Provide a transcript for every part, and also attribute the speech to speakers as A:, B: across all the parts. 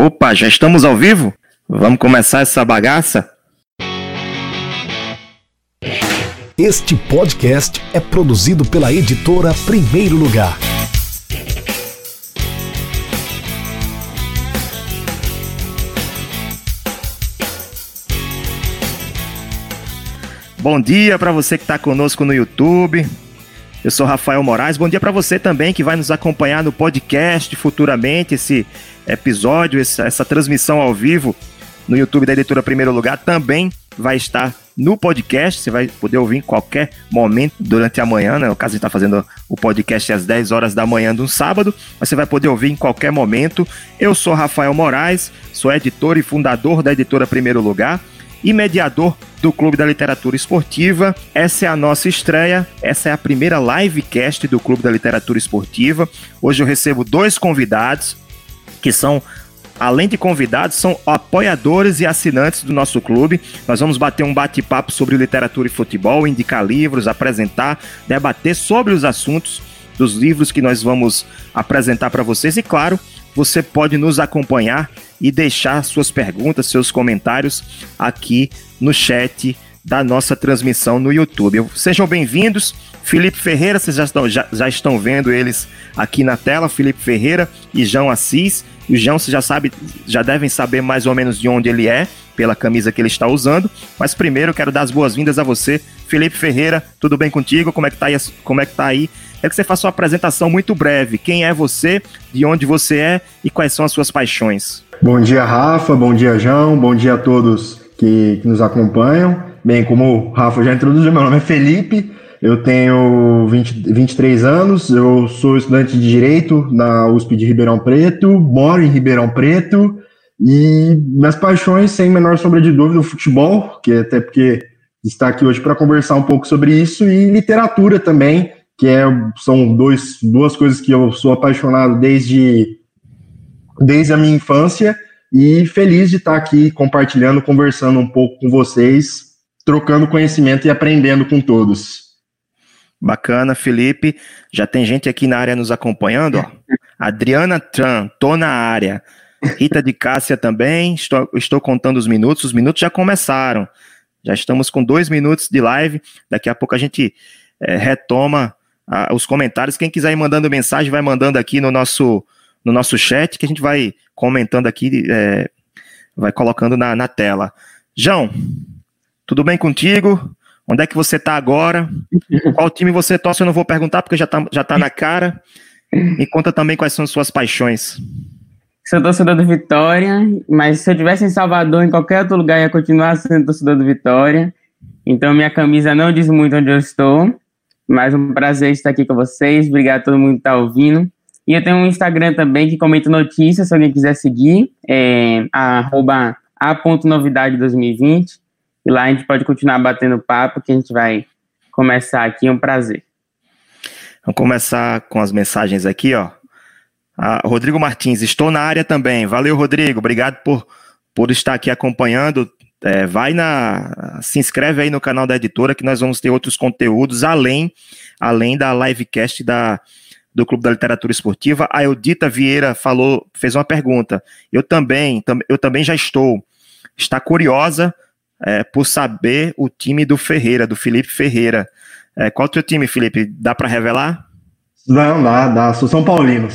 A: Opa, já estamos ao vivo? Vamos começar essa bagaça?
B: Este podcast é produzido pela editora Primeiro Lugar.
A: Bom dia para você que está conosco no YouTube. Eu sou Rafael Moraes. Bom dia para você também que vai nos acompanhar no podcast futuramente. Esse episódio, essa transmissão ao vivo no YouTube da editora Primeiro Lugar também vai estar no podcast. Você vai poder ouvir em qualquer momento durante a manhã, né? No caso, a gente está fazendo o podcast às 10 horas da manhã de um sábado, mas você vai poder ouvir em qualquer momento. Eu sou Rafael Moraes, sou editor e fundador da editora Primeiro Lugar e mediador do Clube da Literatura Esportiva. Essa é a nossa estreia, essa é a primeira livecast do Clube da Literatura Esportiva. Hoje eu recebo dois convidados, que são, além de convidados, são apoiadores e assinantes do nosso clube. Nós vamos bater um bate-papo sobre literatura e futebol, indicar livros, apresentar, debater sobre os assuntos dos livros que nós vamos apresentar para vocês. E claro, você pode nos acompanhar e deixar suas perguntas, seus comentários aqui no chat da nossa transmissão no YouTube. Sejam bem-vindos. Felipe Ferreira, vocês já estão vendo eles aqui na tela, Felipe Ferreira e João Assis. E o João, você já devem saber mais ou menos de onde ele é, pela camisa que ele está usando. Mas primeiro eu quero dar as boas-vindas a você, Felipe Ferreira. Tudo bem contigo? Como é que tá aí? Quero que você faça uma apresentação muito breve. Quem é você, de onde você é e quais são as suas paixões?
C: Bom dia, Rafa. Bom dia, João. Bom dia a todos que nos acompanham. Bem, como o Rafa já introduziu, meu nome é Felipe. Eu tenho 23 anos. Eu sou estudante de Direito na USP de Ribeirão Preto. Moro em Ribeirão Preto. E minhas paixões, sem menor sombra de dúvida, o futebol, que até porque está aqui hoje para conversar um pouco sobre isso, e literatura também, que são duas coisas que eu sou apaixonado desde a minha infância, e feliz de estar aqui compartilhando, conversando um pouco com vocês, trocando conhecimento e aprendendo com todos.
A: Bacana, Felipe. Já tem gente aqui na área nos acompanhando, ó. Adriana Tran, tô na área. Rita de Cássia também, estou contando os minutos já começaram. Já estamos com 2 minutos de live, daqui a pouco a gente retoma os comentários. Quem quiser ir mandando mensagem, vai mandando aqui no nosso chat, que a gente vai comentando aqui, vai colocando na tela. João, tudo bem contigo? Onde é que você está agora? Qual time você torce? Eu não vou perguntar, porque já tá na cara. Me conta também quais são suas paixões.
D: Sou torcedor do Vitória, mas se eu estivesse em Salvador, em qualquer outro lugar, ia continuar sendo torcedor do Vitória. Então minha camisa não diz muito onde eu estou, mas um prazer estar aqui com vocês. Obrigado a todo mundo que está ouvindo. E eu tenho um Instagram também que comenta notícias, se alguém quiser seguir, @a.novidade2020. E lá a gente pode continuar batendo papo, que a gente vai começar aqui, é um prazer.
A: Vamos começar com as mensagens aqui, ó. Rodrigo Martins, estou na área também. Valeu, Rodrigo, obrigado por estar aqui acompanhando. Se inscreve aí no canal da editora, que nós vamos ter outros conteúdos, além da livecast do Clube da Literatura Esportiva. A Eudita Vieira fez uma pergunta. Eu também já está curiosa por saber o time do Felipe Ferreira. Qual é o teu time, Felipe? Dá para revelar?
C: Não, dá. Sou São Paulino.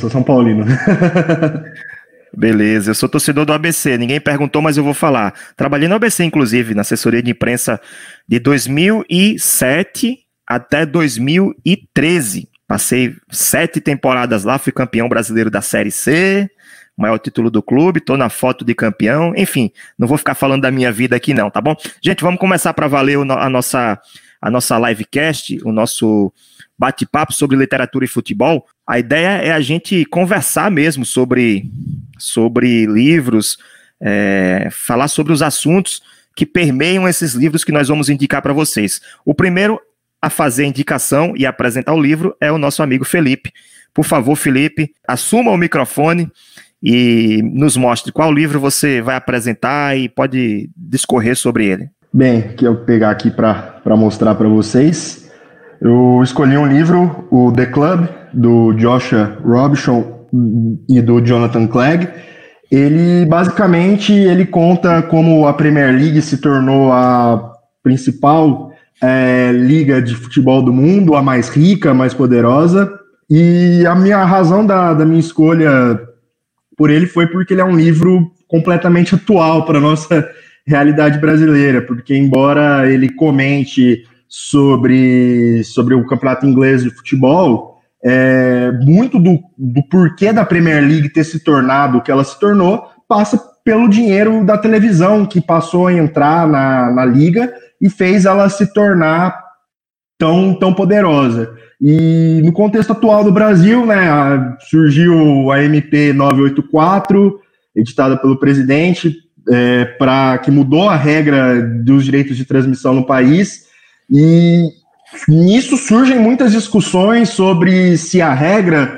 A: Beleza, eu sou torcedor do ABC, ninguém perguntou, mas eu vou falar. Trabalhei no ABC, inclusive, na assessoria de imprensa de 2007 até 2013. Passei 7 temporadas lá, fui campeão brasileiro da Série C, maior título do clube, tô na foto de campeão, enfim, não vou ficar falando da minha vida aqui não, tá bom? Gente, vamos começar para valer a nossa livecast, o nosso bate-papo sobre literatura e futebol. A ideia é a gente conversar mesmo sobre livros, falar sobre os assuntos que permeiam esses livros que nós vamos indicar para vocês. O primeiro a fazer a indicação e apresentar o livro é o nosso amigo Felipe. Por favor, Felipe, assuma o microfone e nos mostre qual livro você vai apresentar e pode discorrer sobre ele.
C: Bem, que eu pegar aqui para mostrar para vocês. Eu escolhi um livro, o The Club, do Joshua Robinson e do Jonathan Clegg. Ele basicamente ele conta como a Premier League se tornou a principal liga de futebol do mundo, a mais rica, a mais poderosa. E a razão da minha escolha por ele foi porque ele é um livro completamente atual para a nossa realidade brasileira, porque embora ele comente sobre o campeonato inglês de futebol, muito do porquê da Premier League ter se tornado o que ela se tornou passa pelo dinheiro da televisão que passou a entrar na liga e fez ela se tornar tão poderosa. E no contexto atual do Brasil, né, surgiu a MP 984, editada pelo presidente, que mudou a regra dos direitos de transmissão no país, e nisso surgem muitas discussões sobre se a regra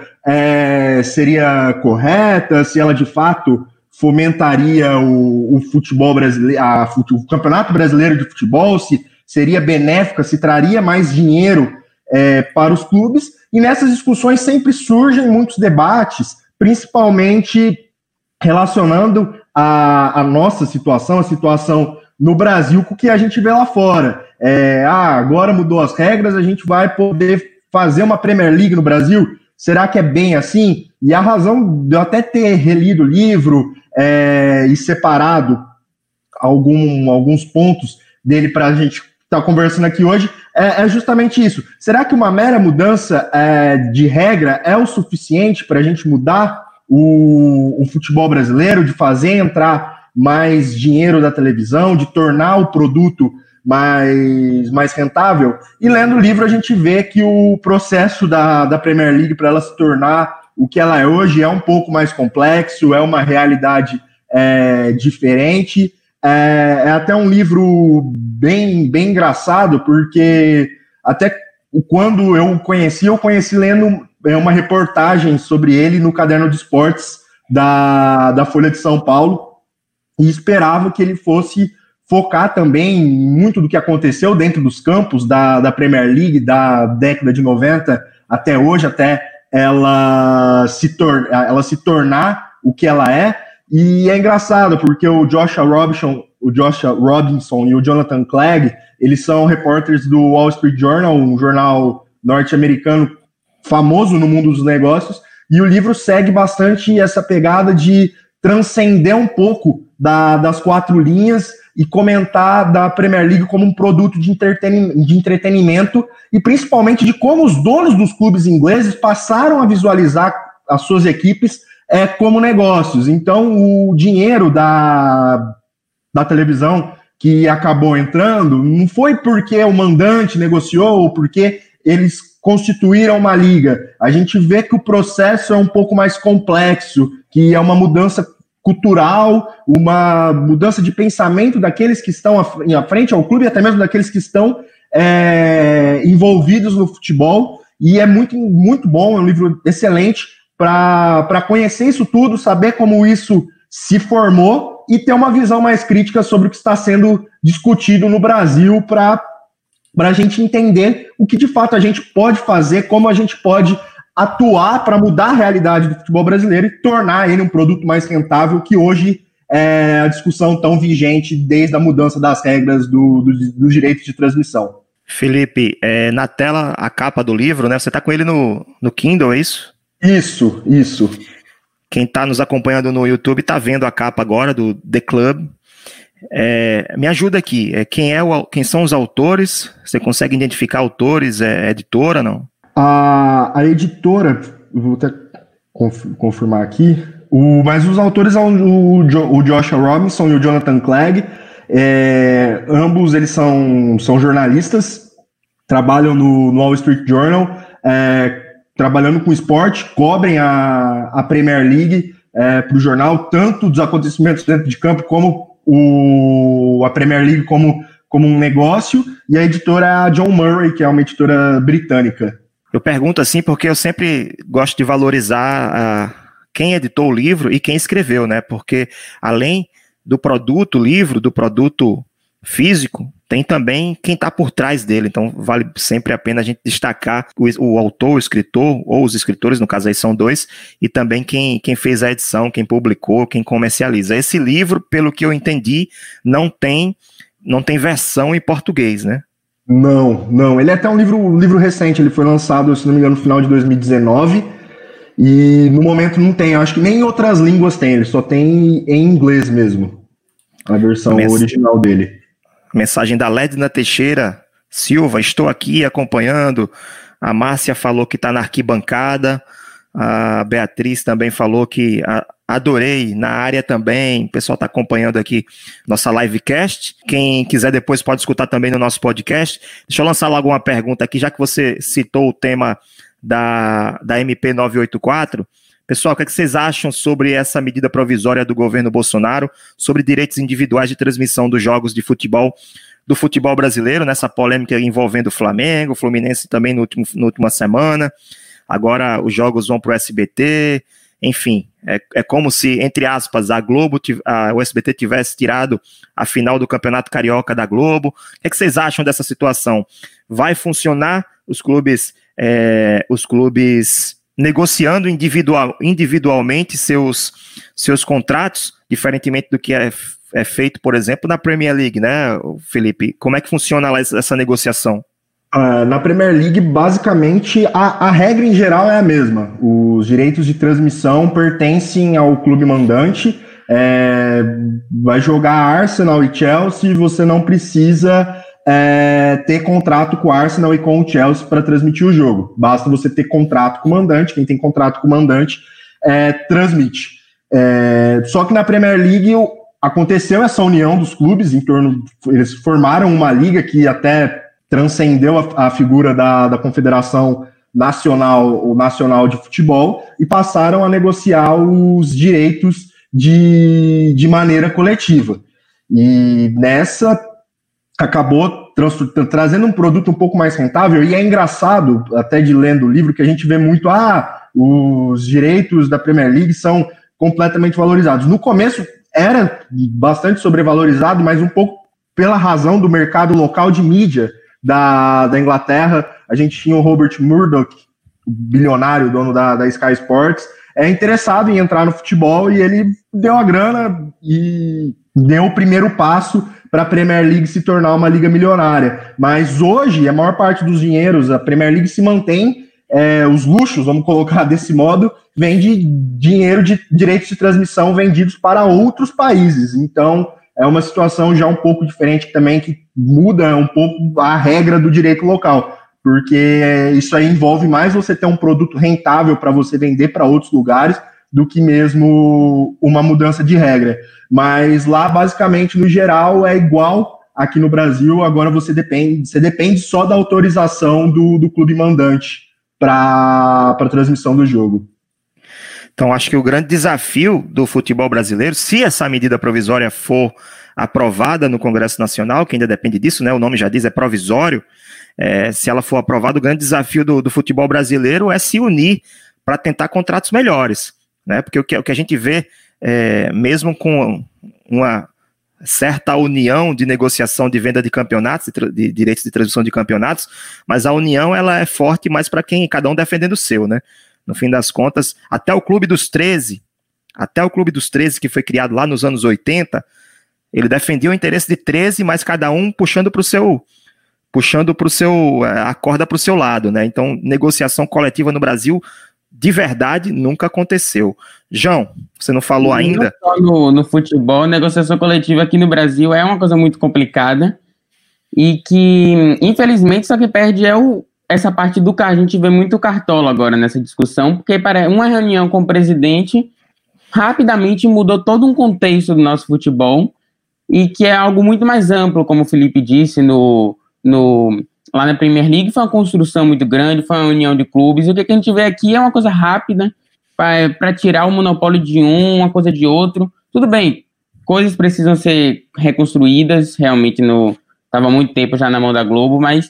C: seria correta, se ela de fato fomentaria o futebol brasileiro, o campeonato brasileiro de futebol, se seria benéfica, se traria mais dinheiro para os clubes, e nessas discussões sempre surgem muitos debates, principalmente relacionando a nossa situação, a situação no Brasil, com o que a gente vê lá fora. Agora mudou as regras, a gente vai poder fazer uma Premier League no Brasil? Será que é bem assim? E a razão de eu até ter relido o livro e separado alguns pontos dele para a gente estar conversando aqui hoje é justamente isso. Será que uma mera mudança de regra é o suficiente para a gente mudar o futebol brasileiro, de fazer entrar mais dinheiro da televisão, de tornar o produto mais rentável? E lendo o livro a gente vê que o processo da Premier League para ela se tornar o que ela é hoje é um pouco mais complexo, é uma realidade diferente. É até um livro bem engraçado, porque até quando eu conheci lendo uma reportagem sobre ele no Caderno de Esportes da Folha de São Paulo, e esperava que ele fosse focar também muito do que aconteceu dentro dos campos da Premier League da década de 90 até hoje, até ela se tornar o que ela é. E é engraçado, porque o Joshua Robinson e o Jonathan Clegg, eles são repórteres do Wall Street Journal, um jornal norte-americano famoso no mundo dos negócios, e o livro segue bastante essa pegada de transcender um pouco das quatro linhas e comentar da Premier League como um produto de entretenimento, e principalmente de como os donos dos clubes ingleses passaram a visualizar as suas equipes como negócios. Então, o dinheiro da televisão que acabou entrando não foi porque o mandante negociou ou porque eles constituíram uma liga. A gente vê que o processo é um pouco mais complexo, que é uma mudança cultural, uma mudança de pensamento daqueles que estão à frente ao clube, até mesmo daqueles que estão envolvidos no futebol, e é muito, muito bom, é um livro excelente para conhecer isso tudo, saber como isso se formou e ter uma visão mais crítica sobre o que está sendo discutido no Brasil, para a gente entender o que de fato a gente pode fazer, como a gente pode atuar para mudar a realidade do futebol brasileiro e tornar ele um produto mais rentável, que hoje é a discussão tão vigente desde a mudança das regras dos direitos de transmissão.
A: Felipe, na tela a capa do livro, né? Você está com ele no Kindle, é isso?
C: Isso.
A: Quem está nos acompanhando no YouTube está vendo a capa agora do The Club. Me ajuda aqui, quem são os autores? Você consegue identificar autores? É editora, não?
C: A editora, vou até confirmar aqui, mas os autores são o Joshua Robinson e o Jonathan Clegg. Ambos eles são jornalistas, trabalham no Wall Street Journal, trabalhando com esporte, cobrem a Premier League para o jornal, tanto dos acontecimentos dentro de campo como a Premier League como um negócio, e a editora é a John Murray, que é uma editora britânica.
A: Eu pergunto assim porque eu sempre gosto de valorizar quem editou o livro e quem escreveu, né? Porque além do produto livro, do produto físico, tem também quem está por trás dele, então vale sempre a pena a gente destacar o autor, o escritor, ou os escritores, no caso aí são dois, e também quem fez a edição, quem publicou, quem comercializa. Esse livro, pelo que eu entendi, não tem versão em português, né?
C: Não, ele é até um livro recente, ele foi lançado, se não me engano, no final de 2019, e no momento não tem, acho que nem em outras línguas tem, ele só tem em inglês mesmo, a versão original dele.
A: Mensagem da Ledna Teixeira Silva, estou aqui acompanhando. A Márcia falou que está na arquibancada. A Beatriz também falou que adorei na área também. O pessoal está acompanhando aqui nossa livecast. Quem quiser depois pode escutar também no nosso podcast. Deixa eu lançar logo uma pergunta aqui, já que você citou o tema da MP 984. Pessoal, o que vocês acham sobre essa medida provisória do governo Bolsonaro sobre direitos individuais de transmissão dos jogos de futebol, do futebol brasileiro, nessa polêmica envolvendo o Flamengo, o Fluminense também na última semana, agora os jogos vão para o SBT, enfim, é como se, entre aspas, o SBT tivesse tirado a final do Campeonato Carioca da Globo. O que vocês acham dessa situação? Vai funcionar os clubes negociando individualmente seus contratos, diferentemente do que é feito, por exemplo, na Premier League, né, Felipe? Como é que funciona lá essa negociação?
C: Na Premier League, basicamente, a regra em geral é a mesma. Os direitos de transmissão pertencem ao clube mandante. Vai jogar Arsenal e Chelsea, você não precisa ter contrato com o Arsenal e com o Chelsea para transmitir o jogo. Basta você ter contrato com o mandante. Quem tem contrato com o mandante transmite. Só que na Premier League aconteceu essa união dos clubes eles formaram uma liga que até transcendeu a figura da Confederação Nacional de Futebol e passaram a negociar os direitos de maneira coletiva. E nessa acabou trazendo um produto um pouco mais rentável, e é engraçado, até de lendo o livro, que a gente vê muito, os direitos da Premier League são completamente valorizados. No começo era bastante sobrevalorizado, mas um pouco pela razão do mercado local de mídia da Inglaterra. A gente tinha o Robert Murdoch, o bilionário, dono da Sky Sports, interessado em entrar no futebol, e ele deu a grana e deu o primeiro passo para a Premier League se tornar uma liga milionária. Mas hoje, a maior parte dos dinheiros, a Premier League se mantém, os luxos, vamos colocar desse modo, vem de dinheiro de direitos de transmissão vendidos para outros países. Então, é uma situação já um pouco diferente também, que muda um pouco a regra do direito local, porque isso aí envolve mais você ter um produto rentável para você vender para outros lugares do que mesmo uma mudança de regra. Mas lá, basicamente, no geral, é igual aqui no Brasil. Agora você depende só da autorização do clube mandante para a transmissão do jogo.
A: Então, acho que o grande desafio do futebol brasileiro, se essa medida provisória for aprovada no Congresso Nacional, que ainda depende disso, né? O nome já diz, é provisório. Se ela for aprovada, o grande desafio do futebol brasileiro é se unir para tentar contratos melhores, né? Porque o que a gente vê, mesmo com uma certa união de negociação de venda de campeonatos, de direitos de transmissão de campeonatos, mas a união ela é forte mais para quem, cada um defendendo o seu, né? No fim das contas, até o Clube dos 13, que foi criado lá nos anos 80, ele defendia o interesse de 13, mas cada um puxando para o seu, a corda para o seu lado, né? Então, negociação coletiva no Brasil, de verdade, nunca aconteceu. João, você não falou ainda?
D: No futebol, negociação coletiva aqui no Brasil é uma coisa muito complicada e que, infelizmente, só que perde essa parte do que a gente vê muito cartola agora nessa discussão, porque para uma reunião com o presidente rapidamente mudou todo um contexto do nosso futebol, e que é algo muito mais amplo, como o Felipe disse, lá na Premier League foi uma construção muito grande, foi uma união de clubes, e o que a gente vê aqui é uma coisa rápida, para tirar o monopólio de uma coisa de outro. Tudo bem, coisas precisam ser reconstruídas, realmente estava há muito tempo já na mão da Globo, mas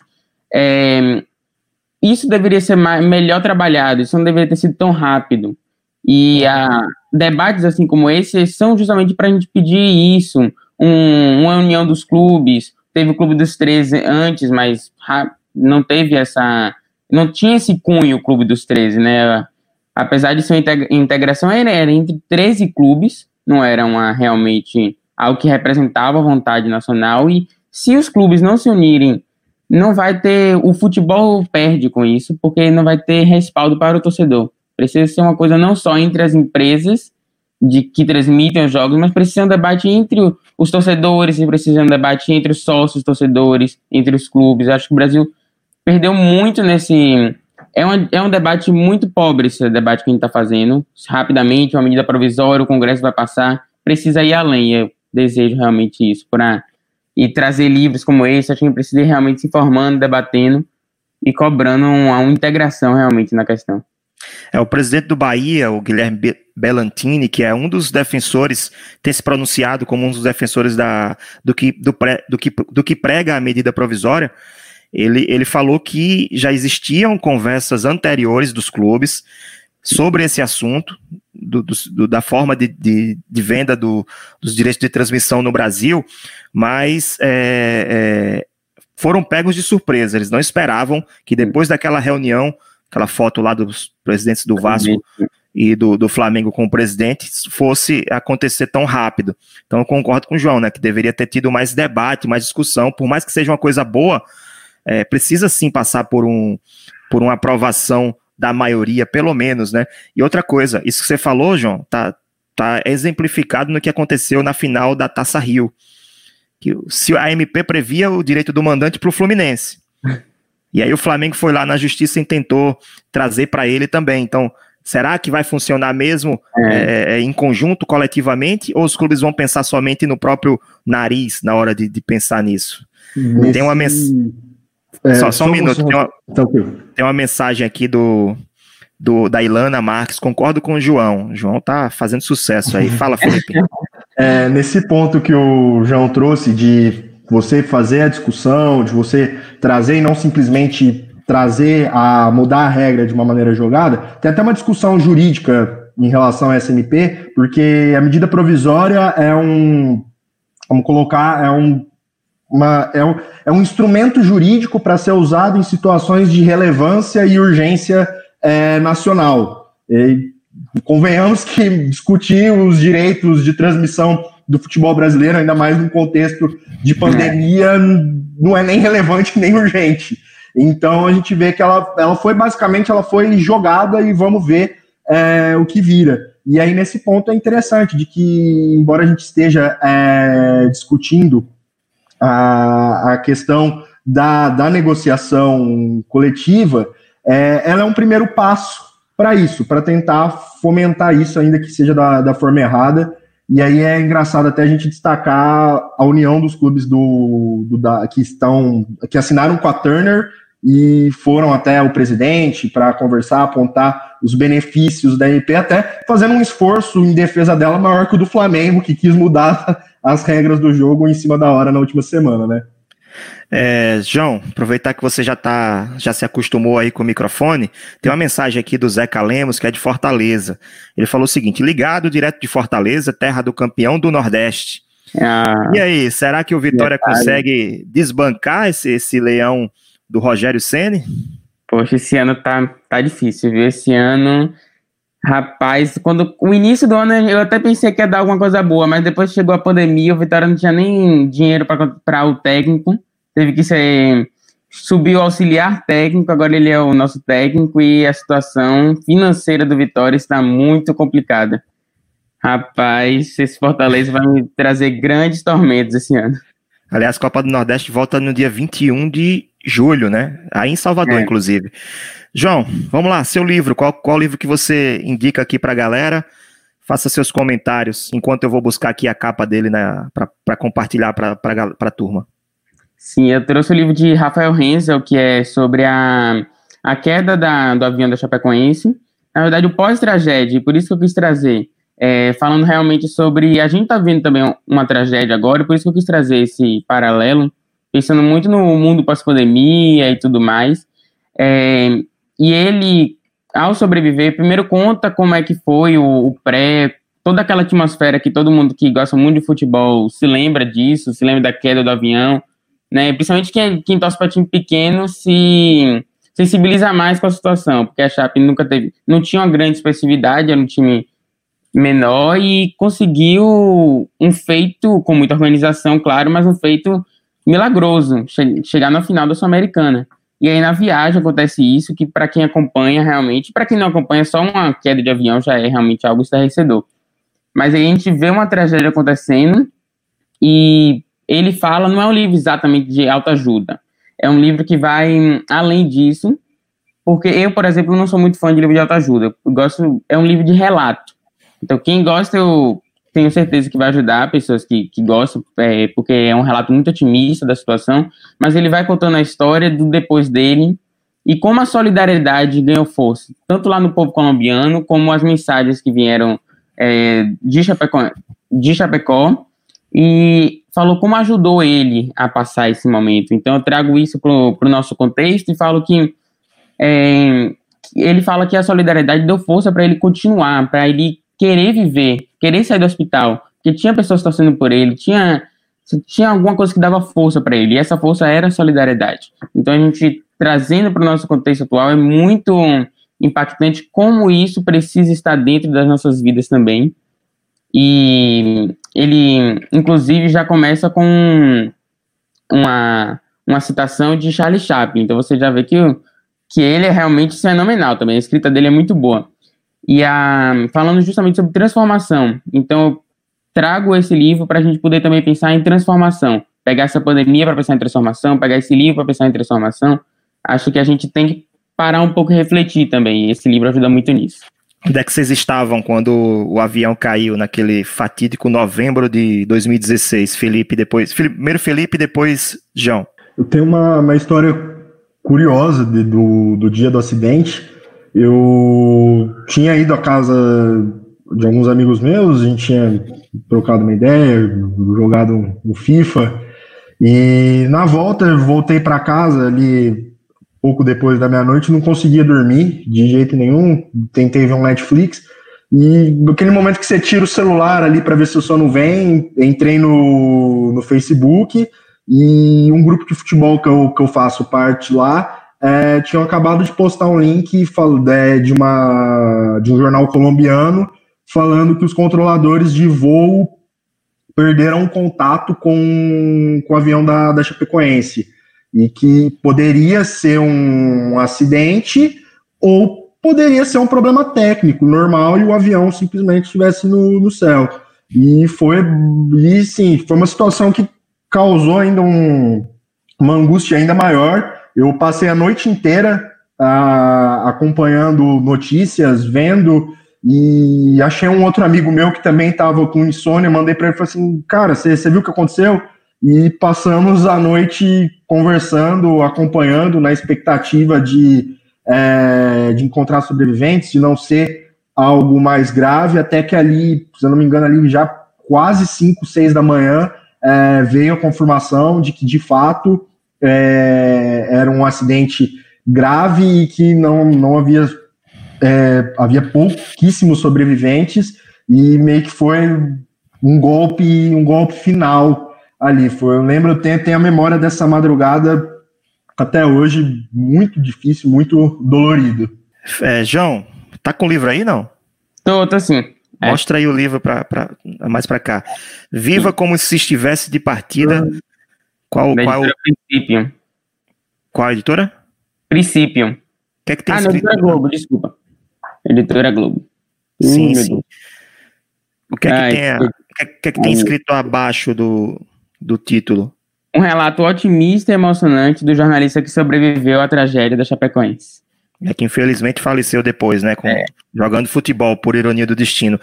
D: isso deveria ser melhor trabalhado, isso não deveria ter sido tão rápido. E debates assim como esse são justamente para a gente pedir isso, uma união dos clubes. Teve o Clube dos 13 antes, mas não teve não tinha esse cunho, o Clube dos 13, né? Apesar de ser uma integração, era entre 13 clubes, não era realmente algo que representava a vontade nacional, e se os clubes não se unirem, não vai ter, o futebol perde com isso, porque não vai ter respaldo para o torcedor. Precisa ser uma coisa não só entre as empresas que transmitem os jogos, mas precisa um debate entre os torcedores, precisa um debate entre os sócios torcedores, entre os clubes. Acho que o Brasil perdeu muito nesse... É um debate muito pobre, esse debate que a gente está fazendo. Rapidamente, uma medida provisória, o Congresso vai passar, precisa ir além. Eu desejo realmente isso, e trazer livros como esse. Acho que a gente precisa ir realmente se informando, debatendo e cobrando uma integração realmente na questão.
A: O presidente do Bahia, o Guilherme Bellantini, que é um dos defensores, tem se pronunciado como um dos defensores do que prega a medida provisória. Ele falou que já existiam conversas anteriores dos clubes sobre esse assunto, da forma de venda dos direitos de transmissão no Brasil, mas foram pegos de surpresa. Eles não esperavam que depois daquela reunião, aquela foto lá dos presidentes do Vasco e do Flamengo com o presidente, fosse acontecer tão rápido. Então eu concordo com o João, né, que deveria ter tido mais debate, mais discussão, por mais que seja uma coisa boa, precisa sim passar por uma aprovação da maioria, pelo menos, né? E outra coisa, isso que você falou, João, tá exemplificado no que aconteceu na final da Taça Rio, que se a MP previa o direito do mandante para o Fluminense, e aí o Flamengo foi lá na justiça e tentou trazer para ele também. Então, será que vai funcionar mesmo em conjunto, coletivamente, ou os clubes vão pensar somente no próprio nariz na hora de pensar nisso? Tem uma mensagem... Só um minuto. Tem uma mensagem aqui da Ilana Marques. Concordo com o João. O João tá fazendo sucesso aí. Fala, Felipe.
C: Nesse ponto que o João trouxe de você fazer a discussão, de você trazer e não simplesmente trazer a mudar a regra de uma maneira jogada, tem até uma discussão jurídica em relação à SMP, porque a medida provisória é um instrumento jurídico para ser usado em situações de relevância e urgência nacional. E convenhamos que discutir os direitos de transmissão do futebol brasileiro, ainda mais num contexto de pandemia, não é nem relevante nem urgente. Então a gente vê que ela foi jogada e vamos ver o que vira. E aí nesse ponto é interessante de que, embora a gente esteja discutindo a questão da negociação coletiva, ela é um primeiro passo para isso, para tentar fomentar isso, ainda que seja da forma errada. E aí é engraçado até a gente destacar a união dos clubes que assinaram com a Turner e foram até o presidente para conversar, apontar os benefícios da MP, até fazendo um esforço em defesa dela maior que o do Flamengo, que quis mudar as regras do jogo em cima da hora na última semana, né?
A: João, aproveitar que você já se acostumou aí com o microfone, tem uma mensagem aqui do Zeca Lemos, que é de Fortaleza. Ele falou o seguinte: ligado direto de Fortaleza, terra do campeão do Nordeste. E aí, será que o Vitória consegue desbancar esse leão do Rogério Ceni?
D: Poxa, esse ano tá difícil, viu? Esse ano, rapaz, o início do ano eu até pensei que ia dar alguma coisa boa, mas depois chegou a pandemia, o Vitória não tinha nem dinheiro para o técnico, teve que subir o auxiliar técnico, agora ele é o nosso técnico, e a situação financeira do Vitória está muito complicada. Rapaz, esse Fortaleza vai me trazer grandes tormentos esse ano.
A: Aliás, a Copa do Nordeste volta no dia 21 de julho, né? Aí em Salvador, inclusive. João, vamos lá, seu livro, qual livro que você indica aqui pra galera? Faça seus comentários, enquanto eu vou buscar aqui a capa dele para compartilhar para a turma.
D: Sim, eu trouxe o livro de Rafael Renzel, que é sobre a queda do avião da Chapecoense. Na verdade, o pós-tragédia, e por isso que eu quis trazer. Falando realmente sobre... A gente está vendo também uma tragédia agora, por isso que eu quis trazer esse paralelo, pensando muito no mundo pós-pandemia e tudo mais. E ele, ao sobreviver, primeiro conta como é que foi o toda aquela atmosfera que todo mundo que gosta muito de futebol se lembra disso, se lembra da queda do avião, né? Principalmente quem torce para time pequeno se sensibiliza mais com a situação, porque a Chape não tinha uma grande expressividade, era um time menor e conseguiu um feito com muita organização, claro, mas um feito milagroso, chegar na final da Sul-Americana. E aí na viagem acontece isso, que para quem acompanha realmente, para quem não acompanha, só uma queda de avião já é realmente algo estarrecedor. Mas aí a gente vê uma tragédia acontecendo e ele fala, não é um livro exatamente de autoajuda, é um livro que vai além disso, porque eu, por exemplo, não sou muito fã de livro de autoajuda, é um livro de relato. Então quem gosta, eu tenho certeza que vai ajudar pessoas que gostam, porque é um relato muito otimista da situação, mas ele vai contando a história do depois dele e como a solidariedade ganhou força, tanto lá no povo colombiano, como as mensagens que vieram de Chapecó, e falou como ajudou ele a passar esse momento. Então eu trago isso para o nosso contexto e falo que ele fala que a solidariedade deu força para ele continuar, para ele querer viver, querer sair do hospital, porque tinha pessoas torcendo por ele, tinha alguma coisa que dava força para ele, e essa força era a solidariedade. Então a gente, trazendo para o nosso contexto atual, é muito impactante como isso precisa estar dentro das nossas vidas também. E ele, inclusive, já começa com uma citação de Charlie Chaplin, então você já vê que ele é realmente fenomenal também, a escrita dele é muito boa. E falando justamente sobre transformação, então eu trago esse livro para a gente poder também pensar em transformação, pegar essa pandemia para pensar em transformação, pegar esse livro para pensar em transformação. Acho que a gente tem que parar um pouco e refletir também, e esse livro ajuda muito nisso.
A: Onde é que vocês estavam quando o avião caiu naquele fatídico novembro de 2016? Primeiro Felipe, depois João.
C: Eu tenho uma história curiosa do dia do acidente. Eu tinha ido à casa de alguns amigos meus, a gente tinha trocado uma ideia, jogado um FIFA, e na volta eu voltei para casa ali pouco depois da meia-noite, não conseguia dormir de jeito nenhum, tentei ver um Netflix, e naquele momento que você tira o celular ali para ver se o sono vem, entrei no Facebook, e um grupo de futebol que eu faço parte lá, tinham acabado de postar um link de um jornal colombiano falando que os controladores de voo perderam contato com o avião da Chapecoense e que poderia ser um acidente ou poderia ser um problema técnico normal e o avião simplesmente estivesse no céu. E sim, foi uma situação que causou ainda uma angústia ainda maior. Eu passei a noite inteira acompanhando notícias, vendo, e achei um outro amigo meu que também estava com insônia, mandei para ele e falei assim, cara, você viu o que aconteceu? E passamos a noite conversando, acompanhando, na expectativa de encontrar sobreviventes, de não ser algo mais grave, até que ali, se eu não me engano, ali já quase 5, 6 da manhã, veio a confirmação de que, de fato, era um acidente grave e que não havia pouquíssimos sobreviventes e meio que foi um golpe final ali. Eu lembro, eu tenho a memória dessa madrugada até hoje, muito difícil, muito dolorido.
A: João, tá com o livro aí, não?
D: Tô sim.
A: Mostra aí o livro mais pra cá. Viva como se estivesse de partida. Qual
D: Principium.
A: Qual editora?
D: Principium.
A: O que é que tem
D: escrito?
A: Editora
D: Globo, desculpa. Editora Globo.
A: Sim, sim. O que é que tem escrito abaixo do título?
D: Um relato otimista e emocionante do jornalista que sobreviveu à tragédia da Chapecoense.
A: Que infelizmente faleceu depois, né? Jogando futebol, por ironia do destino.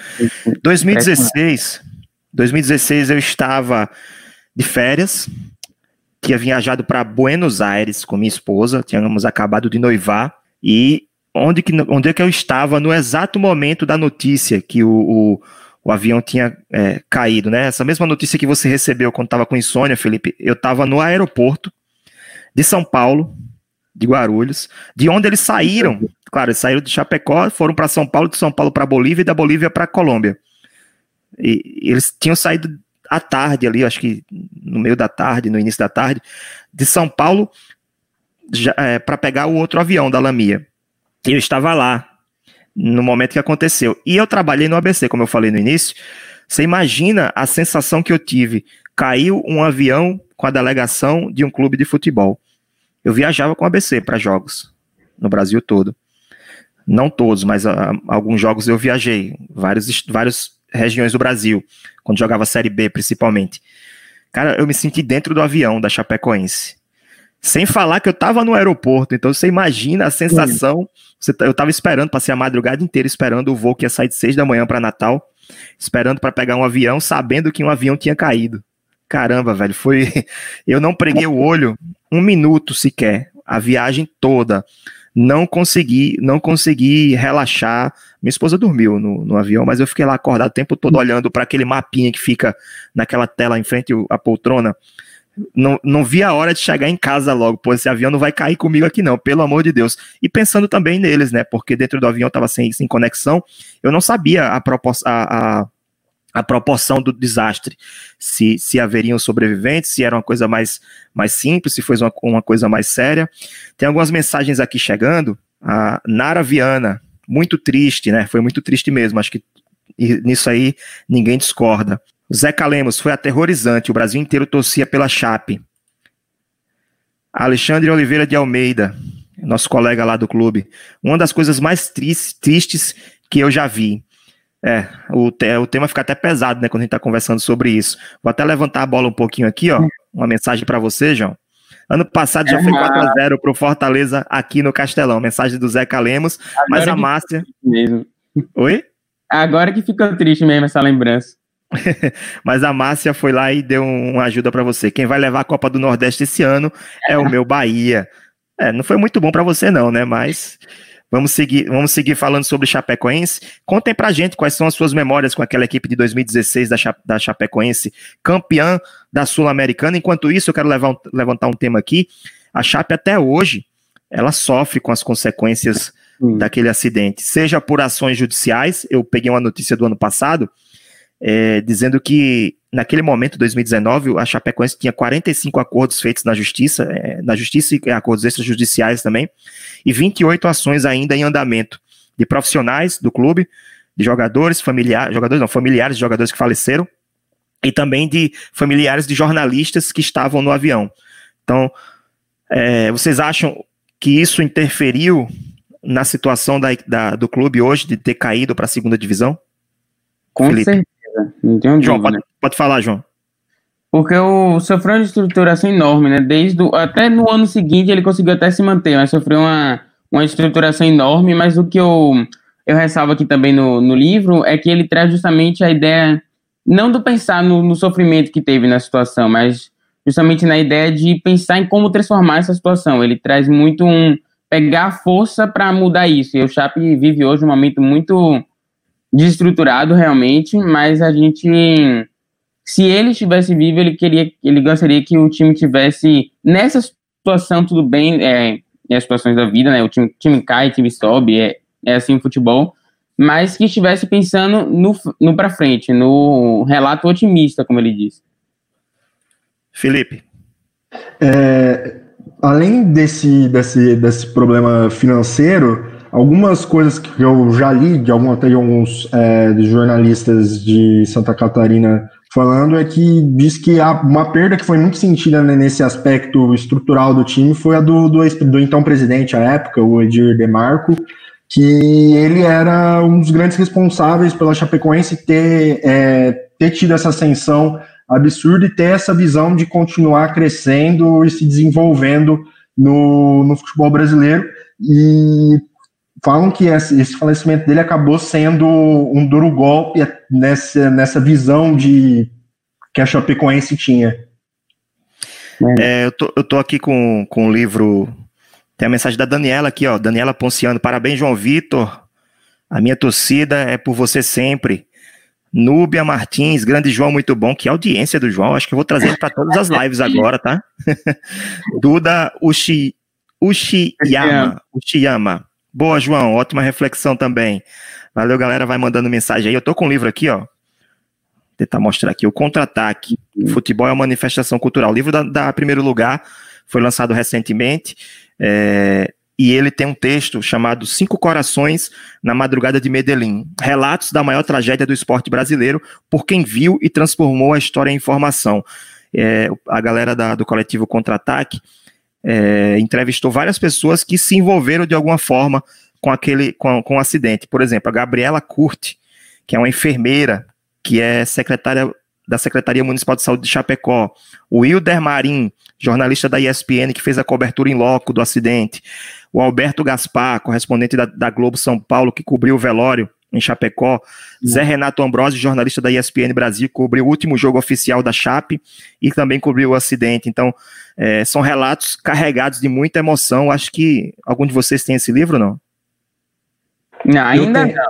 A: 2016 eu estava de férias, tinha viajado para Buenos Aires com minha esposa, tínhamos acabado de noivar, e onde é que eu estava no exato momento da notícia que o avião tinha caído, né? Essa mesma notícia que você recebeu quando estava com insônia, Felipe, eu estava no aeroporto de São Paulo, de Guarulhos, de onde eles saíram, claro, eles saíram de Chapecó, foram para São Paulo, de São Paulo para Bolívia e da Bolívia para Colômbia. E eles tinham saído à tarde ali, acho que no meio da tarde, no início da tarde, de São Paulo para pegar o outro avião da Lamia. E eu estava lá no momento que aconteceu. E eu trabalhei no ABC, como eu falei no início. Você imagina a sensação que eu tive. Caiu um avião com a delegação de um clube de futebol. Eu viajava com o ABC para jogos no Brasil todo. Não todos, mas alguns jogos eu viajei. Várias regiões do Brasil, quando jogava Série B principalmente. Cara, eu me senti dentro do avião da Chapecoense. Sem falar que eu tava no aeroporto, então você imagina a sensação. Eu tava esperando, passei a madrugada inteira esperando o voo que ia sair de 6 da manhã para Natal, esperando para pegar um avião, sabendo que um avião tinha caído. Caramba, velho, eu não preguei o olho 1 minuto sequer, a viagem toda. Não consegui relaxar. Minha esposa dormiu no avião, mas eu fiquei lá acordado o tempo todo olhando para aquele mapinha que fica naquela tela em frente à poltrona. Não vi a hora de chegar em casa logo, pô, esse avião não vai cair comigo aqui não, pelo amor de Deus. E pensando também neles, né, porque dentro do avião estava sem conexão, eu não sabia a proporção do desastre, se haveriam sobreviventes, se era uma coisa mais simples, se foi uma coisa mais séria. Tem algumas mensagens aqui chegando. A Nara Viana, muito triste, né, foi muito triste mesmo, acho que nisso aí ninguém discorda. Zeca Lemos, foi aterrorizante, o Brasil inteiro torcia pela Chape. Alexandre Oliveira de Almeida, nosso colega lá do clube, uma das coisas mais tristes que eu já vi. O tema fica até pesado, né, quando a gente tá conversando sobre isso. Vou até levantar a bola um pouquinho aqui, ó, uma mensagem para você, João. Ano passado já foi 4-0 pro Fortaleza aqui no Castelão, mensagem do Zeca Lemos, mas a Márcia...
D: Mesmo.
A: Oi?
D: Agora que ficou triste mesmo essa lembrança.
A: Mas a Márcia foi lá e deu uma ajuda para você. Quem vai levar a Copa do Nordeste esse ano é o meu Bahia. Não foi muito bom para você não, né? Mas vamos seguir falando sobre Chapecoense. Contem pra gente quais são as suas memórias com aquela equipe de 2016 da Chapecoense, campeã da Sul-Americana. Enquanto isso, eu quero levantar um tema aqui. A Chape até hoje, ela sofre com as consequências daquele acidente, seja por ações judiciais. Eu peguei uma notícia do ano passado, dizendo que naquele momento, 2019, a Chapecoense tinha 45 acordos feitos na justiça e acordos extrajudiciais também, e 28 ações ainda em andamento, de profissionais do clube, de familiares de jogadores que faleceram, e também de familiares de jornalistas que estavam no avião. Então, vocês acham que isso interferiu na situação do clube hoje, de ter caído para a segunda divisão?
D: Com
A: Felipe?
D: certeza. Não tenho
A: João,
D: dúvida.
A: pode falar, João.
D: Porque sofreu uma estruturação enorme, né? Até no ano seguinte ele conseguiu até se manter, mas sofreu uma estruturação enorme. Mas o que eu ressalvo aqui também no livro é que ele traz justamente a ideia, não do pensar no sofrimento que teve na situação, mas justamente na ideia de pensar em como transformar essa situação. Ele traz muito pegar a força para mudar isso. E o Chape vive hoje um momento muito desestruturado realmente, mas a gente, se ele estivesse vivo, ele gostaria que o time tivesse nessa situação, tudo bem, as situações da vida, né, o time cai, o time sobe, é assim o futebol, mas que estivesse pensando no para frente, no relato otimista, como ele disse.
A: Felipe.
C: Além desse problema financeiro, algumas coisas que eu já li de alguns jornalistas de Santa Catarina falando é que diz que uma perda que foi muito sentida, né, nesse aspecto estrutural do time foi a do então presidente à época, o Edir Demarco, que ele era um dos grandes responsáveis pela Chapecoense ter tido essa ascensão absurda e ter essa visão de continuar crescendo e se desenvolvendo no futebol brasileiro. E falam que esse falecimento dele acabou sendo um duro golpe nessa visão que a Chapecoense tinha.
A: Eu tô aqui com o livro. Tem a mensagem da Daniela aqui, ó. Daniela Ponciano. Parabéns, João Vitor. A minha torcida é por você sempre. Núbia Martins, grande João, muito bom. Que audiência do João. Acho que eu vou trazer ele para todas as lives agora, tá? Duda Ushiyama. Boa, João. Ótima reflexão também. Valeu, galera. Vai mandando mensagem aí. Eu tô com um livro aqui, ó. tentar mostrar aqui. O Contra-Ataque. Futebol é uma manifestação cultural. O livro da Primeiro Lugar foi lançado recentemente, e ele tem um texto chamado 5 Corações na Madrugada de Medellín. Relatos da maior tragédia do esporte brasileiro por quem viu e transformou a história em informação. A galera do coletivo Contra-Ataque entrevistou várias pessoas que se envolveram de alguma forma com o acidente. Por exemplo, a Gabriela Curti, que é uma enfermeira, que é secretária da Secretaria Municipal de Saúde de Chapecó, o Wilder Marim, jornalista da ESPN, que fez a cobertura em loco do acidente, o Alberto Gaspar, correspondente da Globo São Paulo, que cobriu o velório em Chapecó, Zé Renato Ambrosio, jornalista da ESPN Brasil, que cobriu o último jogo oficial da Chape e também cobriu o acidente. Então, são relatos carregados de muita emoção. Acho que algum de vocês tem esse livro, não?
D: Não, ainda não.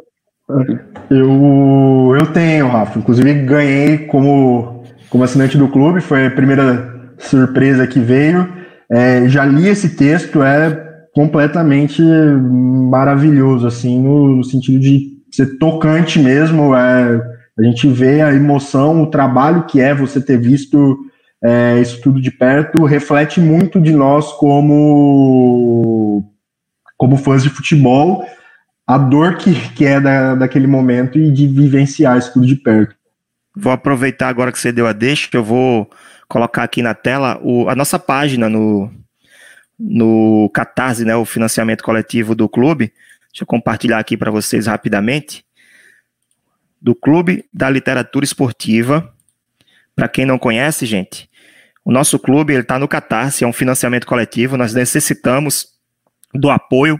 C: Eu tenho, Rafa. Inclusive, ganhei como assinante do clube. Foi a primeira surpresa que veio. Já li esse texto, completamente maravilhoso, assim, no sentido de ser tocante mesmo. A gente vê a emoção, o trabalho que você ter visto isso tudo de perto, reflete muito de nós como fãs de futebol, a dor que é daquele momento e de vivenciar isso tudo de perto.
A: Vou aproveitar agora que você deu a deixa, que eu vou colocar aqui na tela a nossa página no Catarse, né, o financiamento coletivo do clube. Deixa eu compartilhar aqui para vocês rapidamente. Do Clube da Literatura Esportiva. Para quem não conhece, gente, o nosso clube está no Catarse, é um financiamento coletivo. Nós necessitamos do apoio,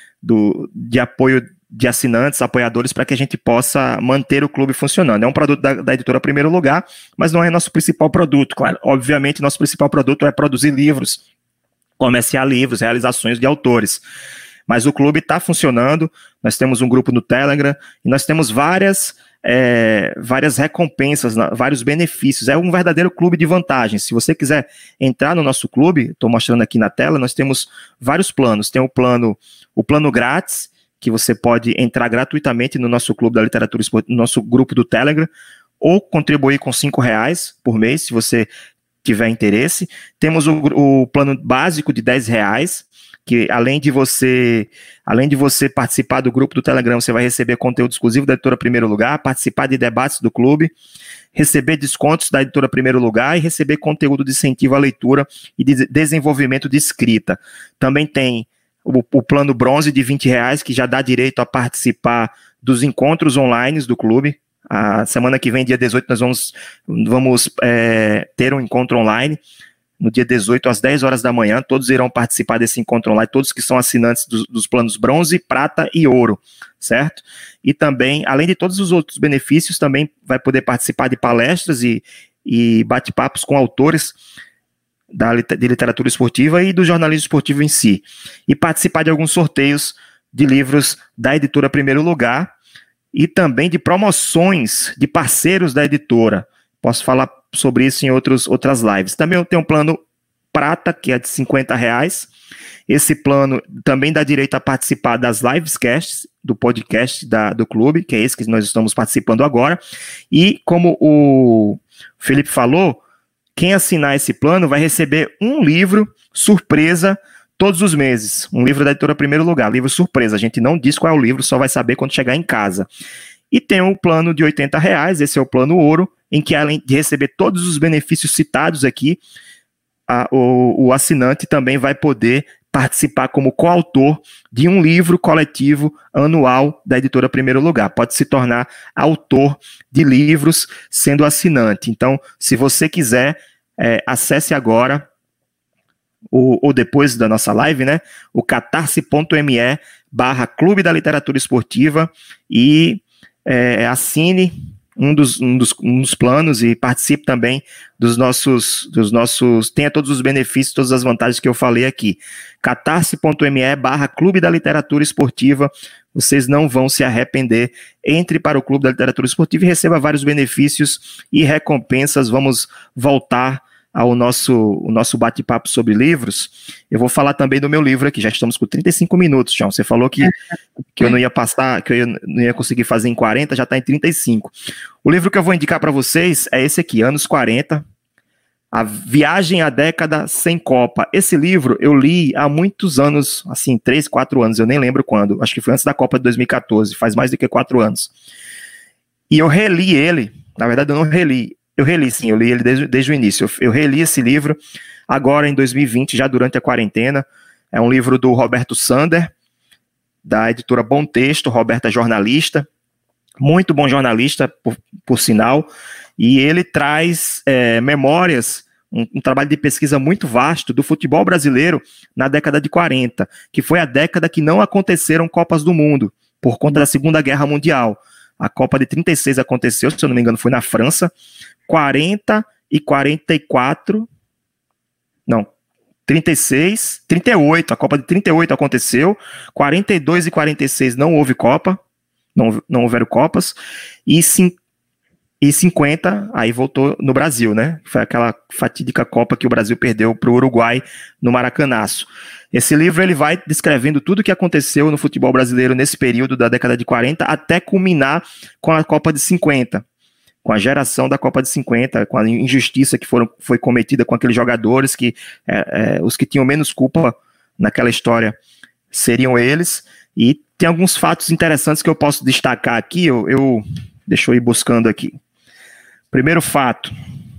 A: de apoio de assinantes, apoiadores, para que a gente possa manter o clube funcionando. É um produto da editora Primeiro Lugar, mas não é nosso principal produto. Claro, obviamente, nosso principal produto é produzir livros, comerciar livros, realizações de autores. Mas o clube está funcionando, nós temos um grupo no Telegram, e nós temos várias recompensas, vários benefícios. É um verdadeiro clube de vantagens. Se você quiser entrar no nosso clube, estou mostrando aqui na tela, nós temos vários planos. Tem o plano grátis, que você pode entrar gratuitamente no nosso clube da literatura esportiva, no nosso grupo do Telegram, ou contribuir com R$5 por mês, se você tiver interesse. Temos o plano básico de R$10, que além de você participar do grupo do Telegram, você vai receber conteúdo exclusivo da editora Primeiro Lugar, participar de debates do clube, receber descontos da editora Primeiro Lugar e receber conteúdo de incentivo à leitura e de desenvolvimento de escrita. Também tem o plano bronze de R$20, que já dá direito a participar dos encontros online do clube. A semana que vem, dia 18, nós vamos ter um encontro online. No dia 18, às 10 horas da manhã, todos irão participar desse encontro online, todos que são assinantes dos planos bronze, prata e ouro, certo? E também, além de todos os outros benefícios, também vai poder participar de palestras e bate-papos com autores de literatura esportiva e do jornalismo esportivo em si. E participar de alguns sorteios de livros da editora Primeiro Lugar e também de promoções de parceiros da editora. Posso falar sobre isso em outras lives. Também tem um plano prata, que é de R$50. Esse plano também dá direito a participar das livescasts do podcast do clube, que é esse que nós estamos participando agora. E como o Felipe falou, quem assinar esse plano vai receber um livro surpresa todos os meses. Um livro da editora Primeiro Lugar, livro surpresa. A gente não diz qual é o livro, só vai saber quando chegar em casa. E tem um plano de R$80, esse é o plano ouro, em que além de receber todos os benefícios citados aqui, o assinante também vai poder participar como coautor de um livro coletivo anual da editora Primeiro Lugar. Pode se tornar autor de livros sendo assinante. Então, se você quiser, acesse agora, ou depois da nossa live, né, o catarse.me/Clube da Literatura Esportiva e assine um dos planos e participe também dos nossos, tenha todos os benefícios, todas as vantagens que eu falei aqui. catarse.me/Clube da Literatura Esportiva, vocês não vão se arrepender. Entre para o Clube da Literatura Esportiva e receba vários benefícios e recompensas. Vamos voltar o nosso bate-papo sobre livros, eu vou falar também do meu livro aqui. Já estamos com 35 minutos, João. Você falou que eu não ia passar, que eu não ia conseguir fazer em 40, já está em 35. O livro que eu vou indicar para vocês é esse aqui, Anos 40, A Viagem à Década Sem Copa. Esse livro eu li há muitos anos, assim, 3, 4 anos, eu nem lembro quando. Acho que foi antes da Copa de 2014, faz mais do que 4 anos. E eu reli ele, na verdade eu não reli, eu reli sim, eu li ele desde o início. Eu reli esse livro agora em 2020, já durante a quarentena. É um livro do Roberto Sander, da editora Bom Texto. Roberto é jornalista, muito bom jornalista, por sinal, e ele traz memórias, um trabalho de pesquisa muito vasto do futebol brasileiro na década de 40, que foi a década que não aconteceram Copas do Mundo, por conta da Segunda Guerra Mundial. A Copa de 36 aconteceu, se eu não me engano, foi na França. 40 e 44, não, 36, 38, a Copa de 38 aconteceu, 42 e 46 não houve Copa, não houveram Copas, e 50, aí voltou no Brasil, né? Foi aquela fatídica Copa que o Brasil perdeu para o Uruguai no Maracanaço. Esse livro ele vai descrevendo tudo o que aconteceu no futebol brasileiro nesse período da década de 40, até culminar com a Copa de 50, com a geração da Copa de 50, com a injustiça que foi cometida com aqueles jogadores, que os que tinham menos culpa naquela história seriam eles. E tem alguns fatos interessantes que eu posso destacar aqui, deixa eu ir buscando aqui. Primeiro fato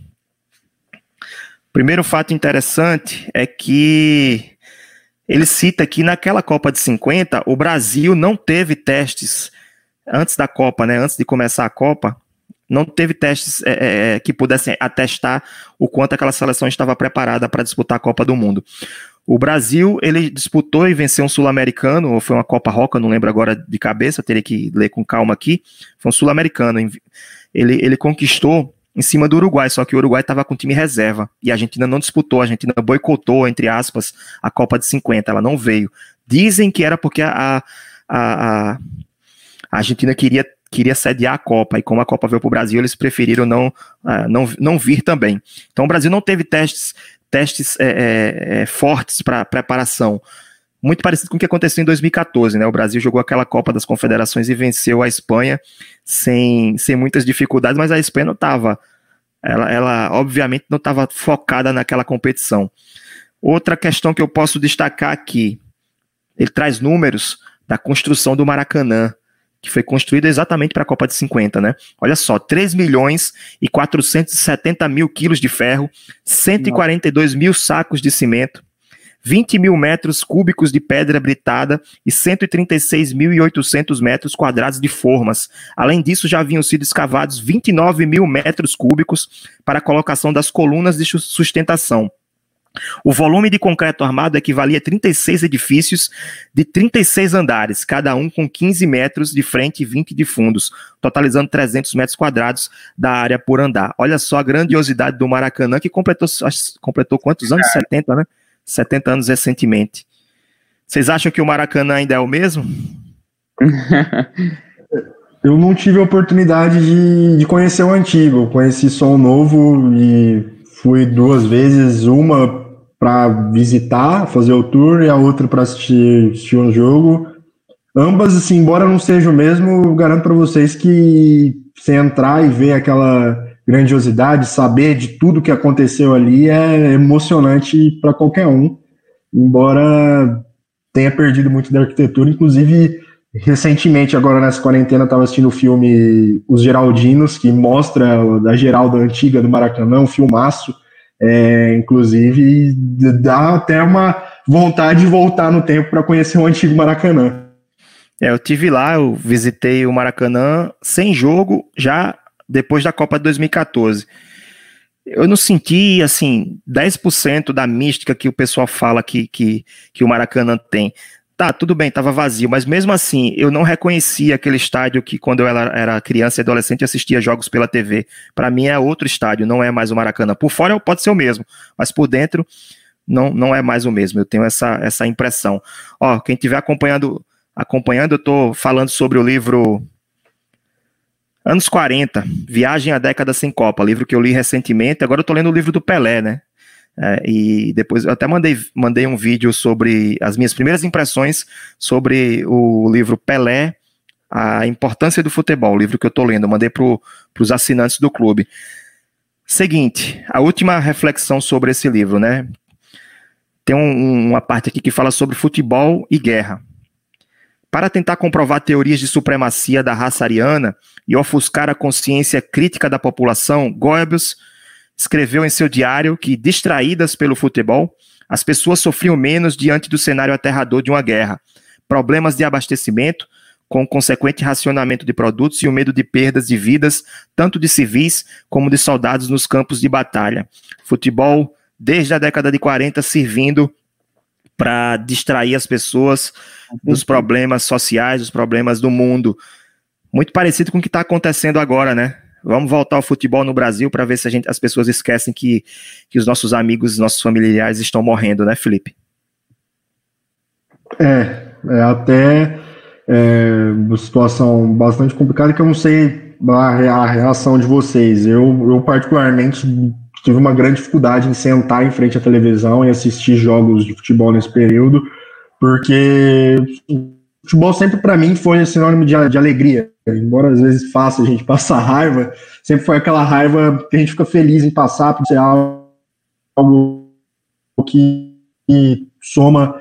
A: interessante é que ele cita que naquela Copa de 50, o Brasil não teve testes antes da Copa, né? Antes de começar a Copa, não teve testes que pudessem atestar o quanto aquela seleção estava preparada para disputar a Copa do Mundo. O Brasil, ele disputou e venceu um sul-americano, ou foi uma Copa Roca, não lembro agora de cabeça, teria que ler com calma aqui. Foi um sul-americano. Ele conquistou em cima do Uruguai, só que o Uruguai estava com time reserva, e a Argentina não disputou, a Argentina boicotou, entre aspas, a Copa de 50, ela não veio. Dizem que era porque a Argentina queria sediar a Copa, e como a Copa veio para o Brasil, eles preferiram não vir também. Então o Brasil não teve testes fortes para preparação, muito parecido com o que aconteceu em 2014, né? O Brasil jogou aquela Copa das Confederações e venceu a Espanha sem muitas dificuldades, mas a Espanha não estava, ela obviamente não estava focada naquela competição. Outra questão que eu posso destacar aqui, ele traz números da construção do Maracanã, que foi construído exatamente para a Copa de 50, né? Olha só, 3 milhões e 470 mil quilos de ferro, 142 mil sacos de cimento, 20 mil metros cúbicos de pedra britada e 136.800 metros quadrados de formas. Além disso, já haviam sido escavados 29 mil metros cúbicos para a colocação das colunas de sustentação. O volume de concreto armado equivalia a 36 edifícios de 36 andares, cada um com 15 metros de frente e 20 de fundos, totalizando 300 metros quadrados da área por andar. Olha só a grandiosidade do Maracanã, que completou quantos anos? 70, né? 70 anos recentemente. Vocês acham que o Maracanã ainda é o mesmo?
C: Eu não tive a oportunidade de conhecer o antigo, eu conheci só o novo e fui 2 vezes, uma para visitar, fazer o tour, e a outra para assistir um jogo. Ambas, assim, embora não seja o mesmo, eu garanto para vocês que você entrar e ver aquela grandiosidade, saber de tudo que aconteceu ali é emocionante para qualquer um, embora tenha perdido muito da arquitetura. Inclusive, recentemente, agora nessa quarentena, estava assistindo o filme Os Geraldinos, que mostra a Geralda antiga do Maracanã, um filmaço, inclusive dá até uma vontade de voltar no tempo para conhecer o antigo Maracanã.
A: Eu tive lá, eu visitei o Maracanã sem jogo, já depois da Copa de 2014. Eu não senti, assim, 10% da mística que o pessoal fala que o Maracanã tem. Tá, tudo bem, tava vazio, mas mesmo assim, eu não reconhecia aquele estádio que quando eu era criança e adolescente assistia jogos pela TV. Para mim é outro estádio, não é mais o Maracanã. Por fora pode ser o mesmo, mas por dentro não é mais o mesmo. Eu tenho essa impressão. Ó, quem estiver acompanhando, eu tô falando sobre o livro Anos 40, Viagem à Década Sem Copa, livro que eu li recentemente. Agora eu tô lendo o livro do Pelé, né? E depois eu até mandei um vídeo sobre as minhas primeiras impressões sobre o livro Pelé, a importância do futebol, o livro que eu tô lendo. Eu mandei para os assinantes do clube. Seguinte, a última reflexão sobre esse livro, né? Tem uma parte aqui que fala sobre futebol e guerra. Para tentar comprovar teorias de supremacia da raça ariana e ofuscar a consciência crítica da população, Goebbels escreveu em seu diário que, distraídas pelo futebol, as pessoas sofriam menos diante do cenário aterrador de uma guerra, problemas de abastecimento, com o consequente racionamento de produtos e o medo de perdas de vidas, tanto de civis como de soldados nos campos de batalha. Futebol, desde a década de 40, servindo para distrair as pessoas dos problemas sociais, dos problemas do mundo. Muito parecido com o que está acontecendo agora, né? Vamos voltar ao futebol no Brasil para ver se as pessoas esquecem que os nossos amigos, nossos familiares estão morrendo, né, Felipe?
C: Até uma situação bastante complicada que eu não sei a reação de vocês. Eu particularmente tive uma grande dificuldade em sentar em frente à televisão e assistir jogos de futebol nesse período, porque o futebol sempre para mim foi sinônimo de alegria. Embora às vezes faça a gente passar raiva, sempre foi aquela raiva que a gente fica feliz em passar, por ser algo que soma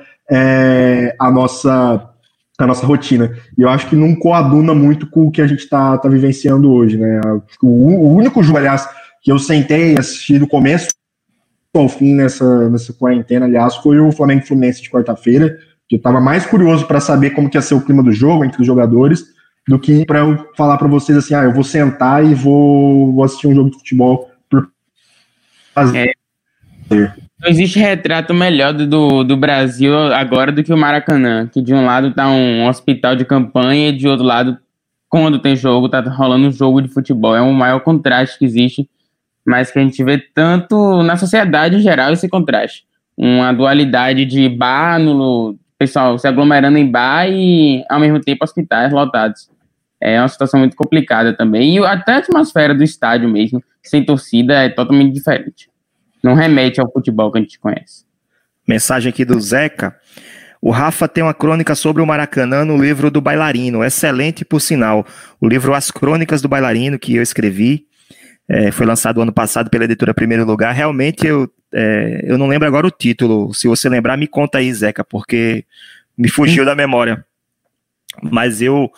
C: a nossa rotina. E eu acho que não coaduna muito com o que a gente está vivenciando hoje, né? O único jogo, aliás, que eu sentei e assisti do começo ao fim nessa quarentena, aliás, foi o Flamengo Fluminense de quarta-feira, que eu estava mais curioso para saber como que ia ser o clima do jogo entre os jogadores, do que para eu falar para vocês assim, eu vou sentar e vou assistir um jogo de futebol por fazer.
D: Não existe retrato melhor do Brasil agora do que o Maracanã, que de um lado está um hospital de campanha e de outro lado, quando tem jogo, tá rolando um jogo de futebol. É o maior contraste que existe, mas que a gente vê tanto na sociedade em geral, esse contraste. Uma dualidade de bar, pessoal se aglomerando em bar e, ao mesmo tempo, hospitais lotados. É uma situação muito complicada também. E até a atmosfera do estádio mesmo, sem torcida, é totalmente diferente. Não remete ao futebol que a gente conhece.
A: Mensagem aqui do Zeca. O Rafa tem uma crônica sobre o Maracanã no livro do Bailarino. Excelente, por sinal. O livro As Crônicas do Bailarino, que eu escrevi, foi lançado ano passado pela editora Primeiro Lugar. Realmente, eu não lembro agora o título. Se você lembrar, me conta aí, Zeca, porque me fugiu da memória. Mas eu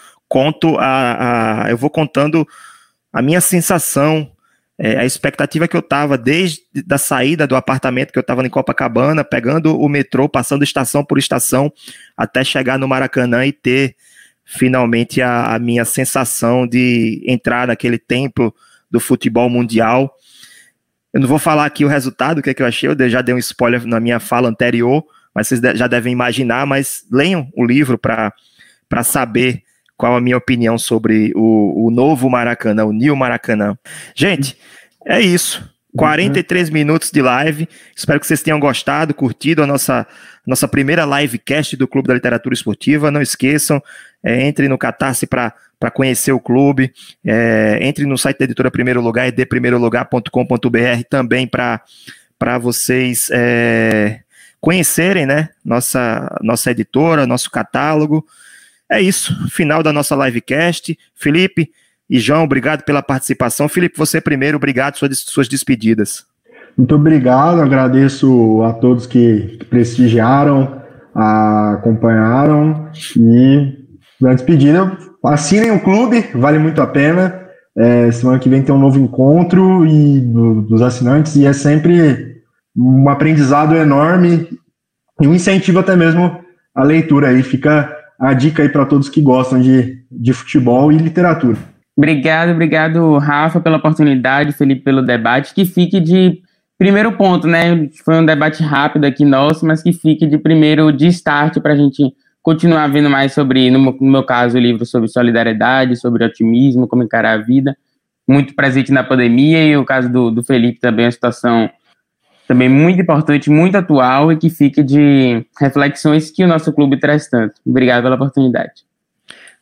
A: eu vou contando a minha sensação, a expectativa que eu estava desde a saída do apartamento que eu estava em Copacabana, pegando o metrô, passando estação por estação, até chegar no Maracanã e ter finalmente a minha sensação de entrar naquele templo do futebol mundial. Eu não vou falar aqui o resultado, o que é que eu achei, eu já dei um spoiler na minha fala anterior, mas vocês já devem imaginar, mas leiam o livro para saber qual a minha opinião sobre o novo Maracanã, o New Maracanã. Gente, é isso. 43 minutos de live. Espero que vocês tenham gostado, curtido a nossa primeira livecast do Clube da Literatura Esportiva. Não esqueçam, entre no Catarse para conhecer o clube. Entre no site da editora Primeiro Lugar, edprimeirolugar.com.br, também para vocês conhecerem, né, nossa editora, nosso catálogo. É isso, final da nossa livecast. Felipe e João, obrigado pela participação. Felipe, você primeiro, obrigado por suas despedidas.
C: Muito obrigado, agradeço a todos que prestigiaram, acompanharam, e na despedida, assinem o clube, vale muito a pena. Semana que vem tem um novo encontro dos assinantes, e é sempre um aprendizado enorme e um incentivo até mesmo à leitura. Aí fica a dica aí para todos que gostam de futebol e literatura.
D: Obrigado, Rafa, pela oportunidade, Felipe, pelo debate. Que fique de primeiro ponto, né? Foi um debate rápido aqui nosso, mas que fique de start para a gente continuar vendo mais sobre, no meu caso, o livro sobre solidariedade, sobre otimismo, como encarar a vida, muito presente na pandemia, e o caso do Felipe também é uma situação também muito importante, muito atual, e que fique de reflexões que o nosso clube traz tanto. Obrigado pela oportunidade.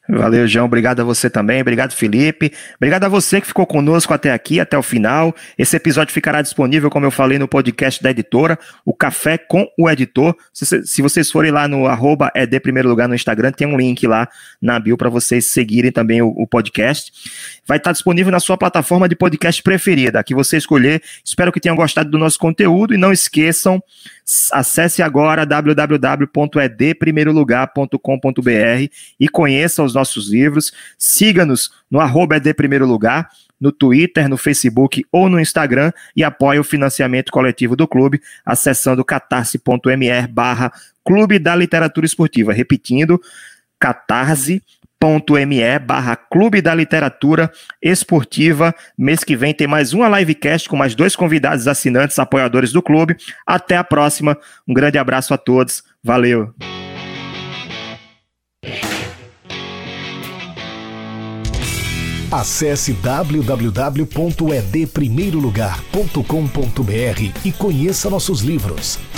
A: Valeu, João. Obrigado a você também. Obrigado, Felipe. Obrigado a você que ficou conosco até aqui, até o final. Esse episódio ficará disponível, como eu falei, no podcast da editora, o Café com o Editor. Se vocês forem lá no @edprimeirolugar no Instagram, tem um link lá na bio para vocês seguirem também o podcast. Vai estar disponível na sua plataforma de podcast preferida, que você escolher. Espero que tenham gostado do nosso conteúdo e não esqueçam, acesse agora www.edprimeirolugar.com.br e conheça os nossos livros. Siga-nos no @edprimeirolugar, no Twitter, no Facebook ou no Instagram e apoie o financiamento coletivo do clube acessando catarse.me/Clube da Literatura Esportiva. Repetindo, catarse.me/Clube da Literatura Esportiva. Mês que vem tem mais uma livecast com mais 2 convidados assinantes, apoiadores do clube. Até a próxima. Um grande abraço a todos. Valeu.
B: Acesse www.edprimeirolugar.com.br e conheça nossos livros.